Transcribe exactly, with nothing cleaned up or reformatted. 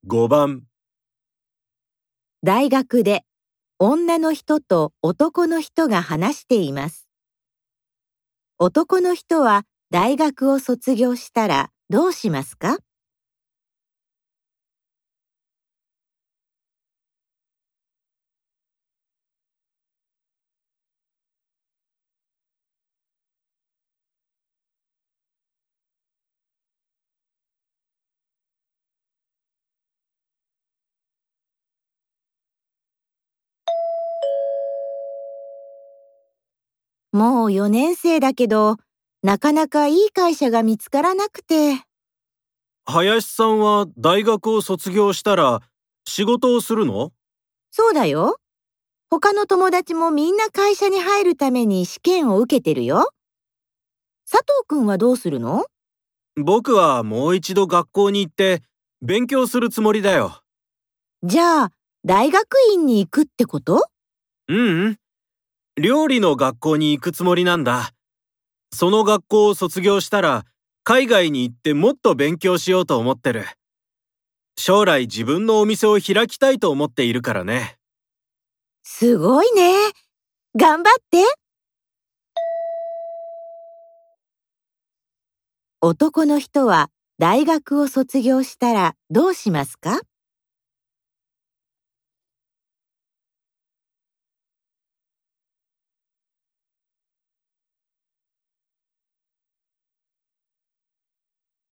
ごばん。 大学で女の人と男の人が話しています。男の人は大学を卒業したらどうしますか？もうよねん生だけど、なかなかいい会社が見つからなくて。 林さんは大学を卒業したら仕事をするの？ そうだよ。他の友達もみんな会社に入るために試験を受けてるよ。佐藤くんはどうするの？ 僕はもう一度学校に行って勉強するつもりだよ。 じゃあ、大学院に行くってこと？ ううん。料理の学校に行くつもりなんだ。その学校を卒業したら海外に行ってもっと勉強しようと思ってる。将来自分のお店を開きたいと思っているからね。 すごいね。頑張って。男の人は大学を卒業したらどうしますか？